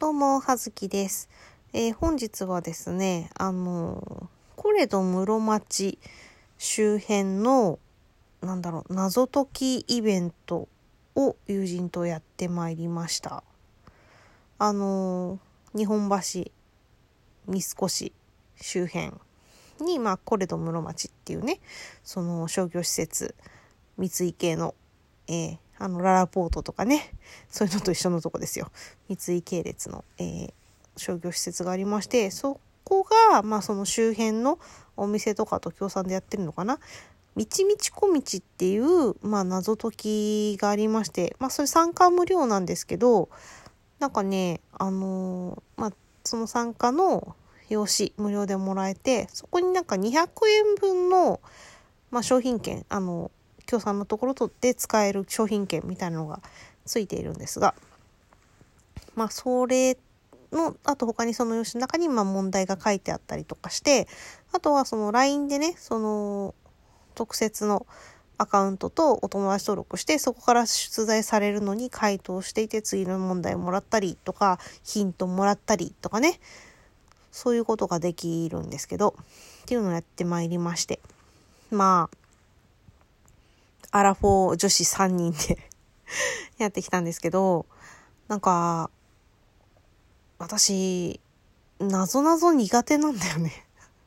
どうも、はずきです。本日はですね、コレド室町周辺の、謎解きイベントを友人とやってまいりました。日本橋、三越周辺に、コレド室町っていうね、その商業施設、三井系の、ララポートとかね、そういうのと一緒のとこですよ。三井系列の、商業施設がありまして、そこが、その周辺のお店とかと協賛でやってるのかな。みちみち小道っていう、謎解きがありまして、それ参加無料なんですけど、その参加の用紙無料でもらえて、そこに200円分の、商品券、協賛のところで使える商品券みたいなのがついているんですが、それのあと他にその用紙の中に問題が書いてあったりとかして、あとはその LINE でね、その特設のアカウントとお友達登録して、そこから出題されるのに回答していて、次の問題もらったりとかヒントもらったりとかね、そういうことができるんですけど、っていうのをやってまいりまして、アラフォー女子3人でやってきたんですけど、私なぞなぞ苦手なんだよね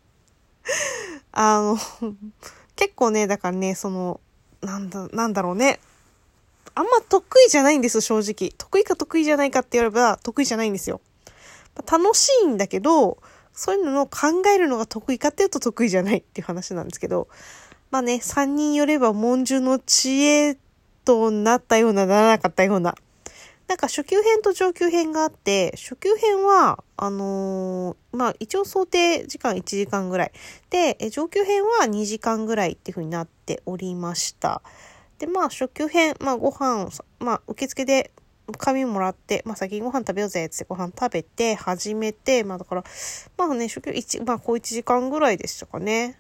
結構ね、だからね、なんだろうね、あんま得意じゃないんです、正直。得意か得意じゃないかって言われば得意じゃないんですよ。楽しいんだけど、そういうのを考えるのが得意かっていうと得意じゃないっていう話なんですけど、3人よれば文殊の知恵となったような、ならなかったような。初級編と上級編があって、初級編は、一応想定時間1時間ぐらい。で、上級編は2時間ぐらいっていう風になっておりました。で、初級編、ご飯、受付で紙もらって、先にご飯食べようぜってご飯食べて、始めて、初級こう1時間ぐらいでしたかね。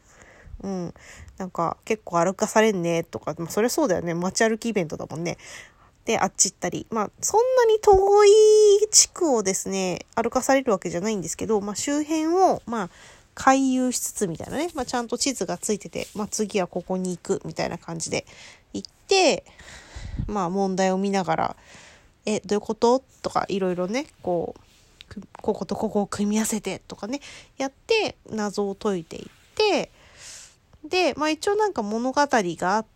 結構歩かされんねとか、そりゃそうだよね。街歩きイベントだもんね。で、あっち行ったり。そんなに遠い地区をですね、歩かされるわけじゃないんですけど、周辺を、回遊しつつみたいなね。ちゃんと地図がついてて、次はここに行くみたいな感じで行って、問題を見ながら、どういうこととか、いろいろね、こことここを組み合わせてとかね、やって、謎を解いていって、で、一応物語があって、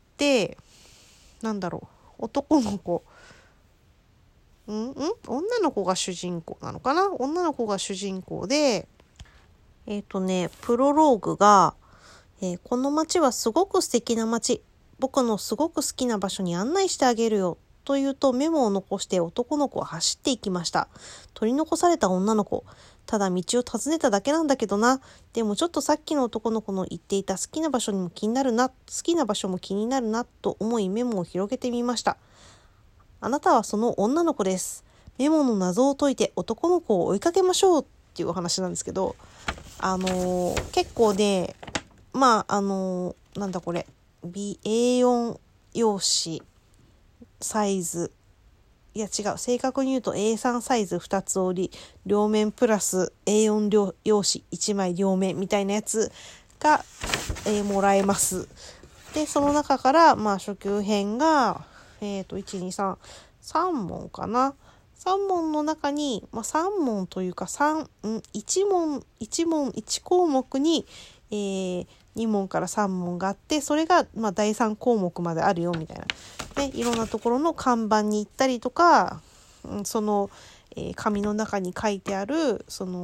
男の子、女の子が主人公なのかな？女の子が主人公で、プロローグが、この街はすごく素敵な街。僕のすごく好きな場所に案内してあげるよ。と言うとメモを残して男の子は走っていきました。取り残された女の子。ただ道を尋ねただけなんだけどな。でもちょっとさっきの男の子の言っていた好きな場所も気になるなと思いメモを広げてみました。あなたはその女の子です。メモの謎を解いて男の子を追いかけましょうっていうお話なんですけど、結構ね、A4 用紙サイズ、正確に言うと A3 サイズ2つ折り、両面プラス A4 用紙1枚両面みたいなやつが、もらえます。で、その中から、初級編が、1、2、3、3問かな。3問の中に、3問というか、1項目に、2問から3問があって、それが、第3項目まであるよ、みたいな。ね、いろんなところの看板に行ったりとか、その、紙の中に書いてある、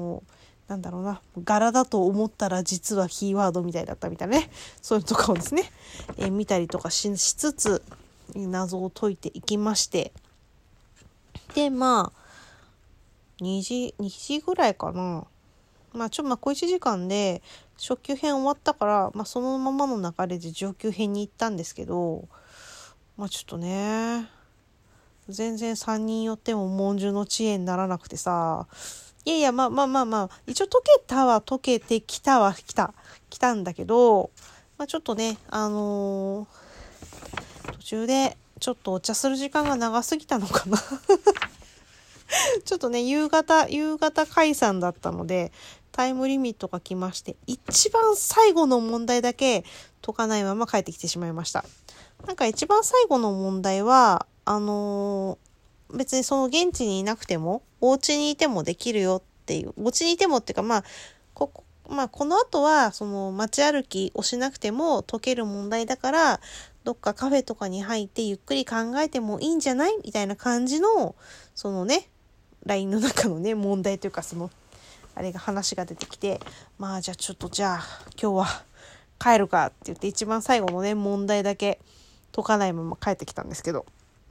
柄だと思ったら実はキーワードみたいだったみたいなね。そういうとこをですね、見たりとかしつつ、謎を解いていきまして。で、2時ぐらいかな。小1時間で初級編終わったから、そのままの流れで上級編に行ったんですけど、ちょっとね、全然3人寄っても文殊の知恵にならなくてさ、一応解けてきたんだけど、ちょっとね、途中でちょっとお茶する時間が長すぎたのかなちょっとね、夕方解散だったので、タイムリミットが来まして、一番最後の問題だけ解かないまま帰ってきてしまいました。なんか一番最後の問題は、別にその現地にいなくても、お家にいてもできるよっていう、お家にいてもっていうか、この後は、その街歩きをしなくても解ける問題だから、どっかカフェとかに入ってゆっくり考えてもいいんじゃないみたいな感じの、そのね、LINE の中のね、問題というか、あれが話が出てきて、じゃあ今日は帰るかって言って一番最後のね、問題だけ解かないまま帰ってきたんですけど、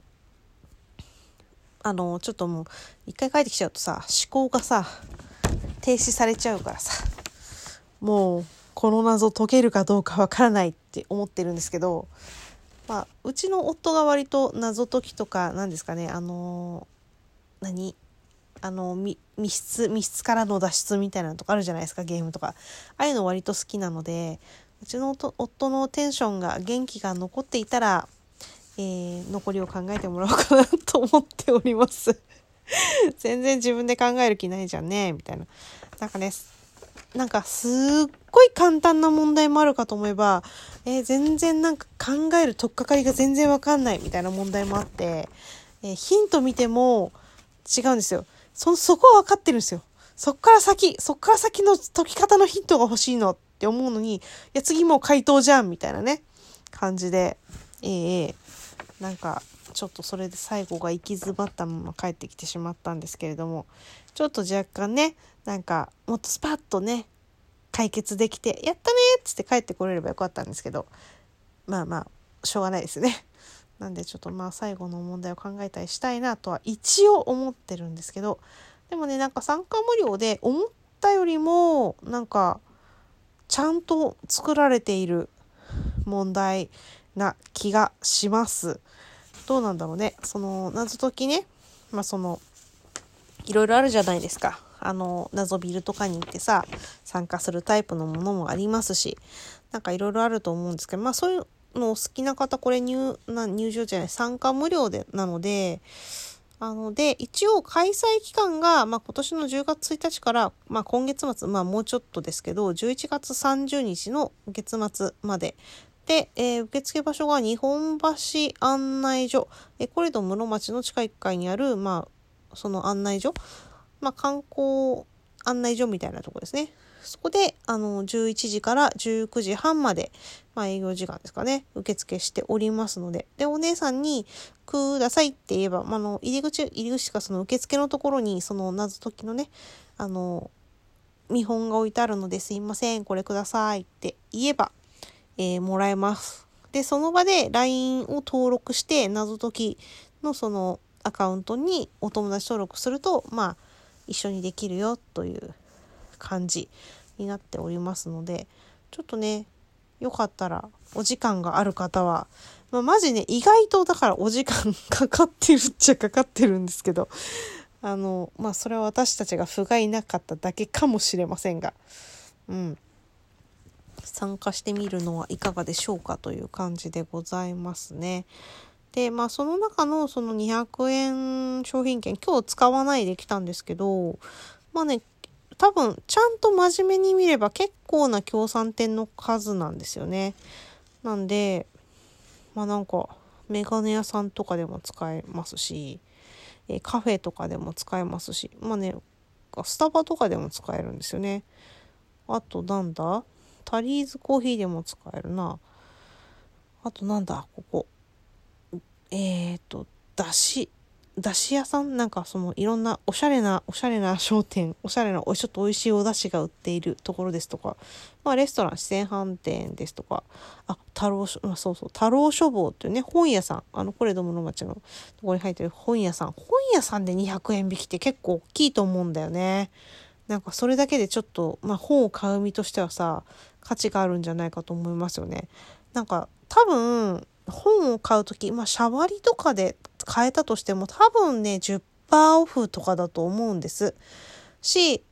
ちょっともう、一回帰ってきちゃうとさ、思考がさ、停止されちゃうからさ、もう、この謎解けるかどうかわからないって思ってるんですけど、うちの夫が割と謎解きとか、なんですかね、密室からの脱出みたいなのとかあるじゃないですか、ゲームとか。ああいうの割と好きなので、うちの夫のテンションが、元気が残っていたら、残りを考えてもらおうかなと思っております。全然自分で考える気ないじゃんね、みたいな。なんかすっごい簡単な問題もあるかと思えば、全然なんか考える取っかかりが全然わかんないみたいな問題もあって、ヒント見ても違うんですよ。そこは分かってるんですよ。そっから先の解き方のヒントが欲しいのって思うのに、いや次もう回答じゃんみたいなね、感じで、なんかちょっとそれで最後が行き詰まったまま帰ってきてしまったんですけれども、ちょっと若干ね、なんかもっとスパッとね、解決できて、やったねっつって帰ってこれればよかったんですけど、しょうがないですね。なんでちょっと最後の問題を考えたりしたいなとは一応思ってるんですけど、でもね、なんか参加無料で思ったよりもなんかちゃんと作られている問題な気がします。どうなんだろうね。その謎解きね、いろいろあるじゃないですか。謎ビルとかに行ってさ、参加するタイプのものもありますし、なんかいろいろあると思うんですけど、そういうのを好きな方、これ入場じゃない、参加無料なので、一応開催期間が、今年の10月1日から、今月末、もうちょっとですけど、11月30日の月末まで。で、受付場所が日本橋案内所、コレド室町の地下1階にある、その案内所、観光案内所みたいなところですね。そこで、11時から19時半まで、営業時間ですかね、受付しておりますので、で、お姉さんに、くださいって言えば、入り口かその受付のところに、その謎解きのね、見本が置いてあるので、すいません、これくださいって言えば、もらえます。で、その場で LINE を登録して、謎解きのそのアカウントにお友達登録すると、一緒にできるよという感じになっておりますので、ちょっとね、よかったらお時間がある方は、マジね、意外とだからお時間かかってるっちゃかかってるんですけど、それは私たちが不甲斐なかっただけかもしれませんが、参加してみるのはいかがでしょうかという感じでございますね。で、その中のその200円商品券、今日使わないで来たんですけど、多分ちゃんと真面目に見れば結構な協賛店の数なんですよね。なんで、なんかメガネ屋さんとかでも使えますし、カフェとかでも使えますし、スタバとかでも使えるんですよね。あとタリーズコーヒーでも使えるな。あとここ。だし屋さん、なんかそのいろんなおしゃれな商店、ちょっと美味しいお出汁が売っているところですとか、レストラン、四川飯店ですとか、太郎書房っていうね、本屋さん、これどもの町のところに入ってる本屋さんで200円引きって結構大きいと思うんだよね。なんかそれだけでちょっと、本を買う身としてはさ、価値があるんじゃないかと思いますよね。なんか多分、本を買うとき、シャワリとかで買えたとしても多分ね、10%オフとかだと思うんです。し、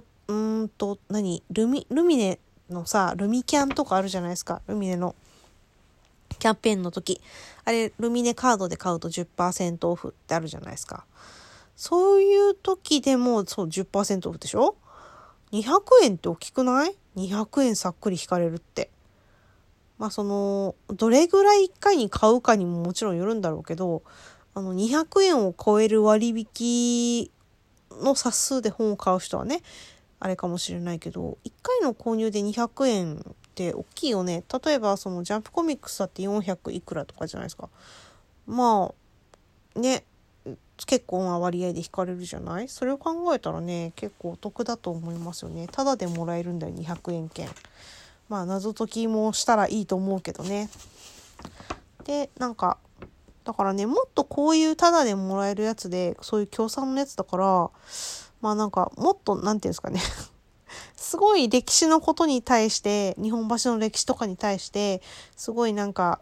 ルミネのさ、ルミキャンとかあるじゃないですか。ルミネのキャンペーンの時。あれ、ルミネカードで買うと 10% オフってあるじゃないですか。 そういう時でも、そう、10% オフでしょ？ 200 円って大きくない？ 200 円さっくり引かれるって。まあどれぐらい1回に買うかにももちろんよるんだろうけど、200円を超える割引の冊数で本を買う人はね、あれかもしれないけど、1回の購入で200円って大きいよね。例えばジャンプコミックスだって400いくらとかじゃないですか。まあ、ね、結構な割合で引かれるじゃない？それを考えたらね、結構お得だと思いますよね。ただでもらえるんだよ、200円券。まあ、謎解きもしたらいいと思うけどね。で、だからね、もっとこういうタダでもらえるやつで、そういう協賛のやつだから、まあもっと、なんていうんですかね。すごい歴史のことに対して、日本橋の歴史とかに対して、すごい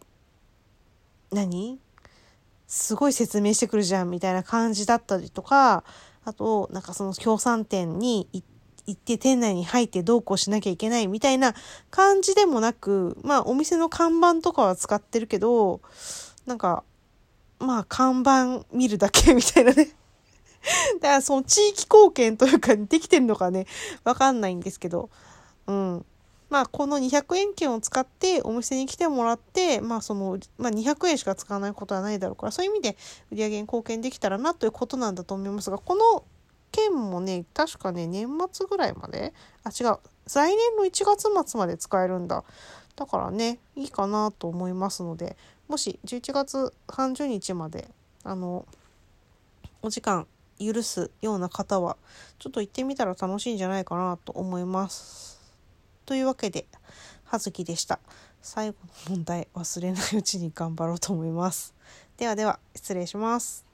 すごい説明してくるじゃんみたいな感じだったりとか、あと、協賛店に行って店内に入ってどうこうしなきゃいけないみたいな感じでもなく、まあお店の看板とかは使ってるけど、まあ看板見るだけみたいなね。だからその地域貢献というかできてるのかね、わかんないんですけど、うん。まあこの200円券を使ってお店に来てもらって、まあ200円しか使わないことはないだろうから、そういう意味で売り上げに貢献できたらなということなんだと思いますが、この券もね、確かね、年末ぐらいまで、違う、来年の1月末まで使えるんだ。だからね、いいかなと思いますので、もし11月30日まで、お時間許すような方は、ちょっと行ってみたら楽しいんじゃないかなと思います。というわけで、はずきでした。最後の問題忘れないうちに頑張ろうと思います。ではでは、失礼します。